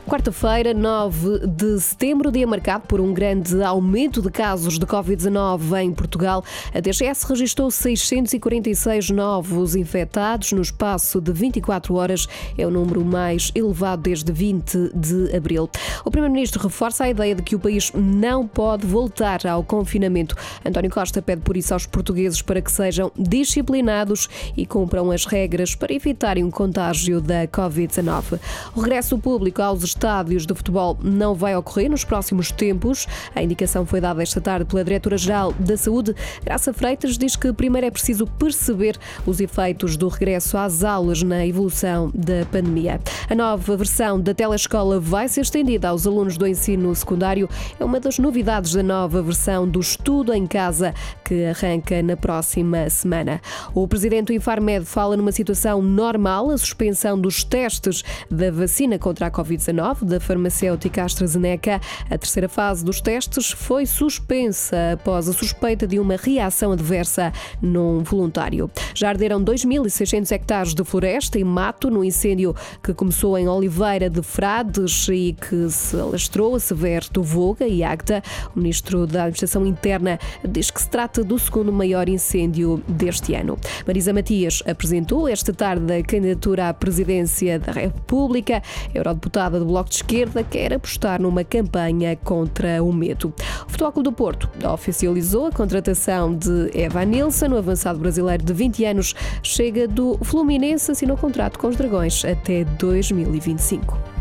Quarta-feira, 9 de setembro, dia marcado por um grande aumento de casos de Covid-19 em Portugal. A DGS registrou 646 novos infectados no espaço de 24 horas. É o número mais elevado desde 20 de abril. O Primeiro-Ministro reforça a ideia de que o país não pode voltar ao confinamento. António Costa pede por isso aos portugueses para que sejam disciplinados e cumpram as regras para evitarem um contágio da Covid-19. O regresso público aos estádios de futebol não vai ocorrer nos próximos tempos. A indicação foi dada esta tarde pela Diretora-Geral da Saúde. Graça Freitas diz que primeiro é preciso perceber os efeitos do regresso às aulas na evolução da pandemia. A nova versão da telescola vai ser estendida aos alunos do ensino secundário. É uma das novidades da nova versão do Estudo em Casa, que arranca na próxima semana. O presidente do Infarmed fala numa situação normal, a suspensão dos testes da vacina contra a Covid-19 da farmacêutica AstraZeneca. A terceira fase dos testes foi suspensa após a suspeita de uma reação adversa num voluntário. Já arderam 2.600 hectares de floresta e mato no incêndio que começou em Oliveira de Frades e que se alastrou a Severo do Voga e Agda. O ministro da Administração Interna diz que se trata do segundo maior incêndio deste ano. Marisa Matias apresentou esta tarde a candidatura à presidência da República. A eurodeputada do Bloco de Esquerda quer apostar numa campanha contra o medo. O Futebol Clube do Porto oficializou a contratação de Evan Nilsson, o avançado brasileiro de 20 anos, chega do Fluminense, assinou contrato com os Dragões até 2025.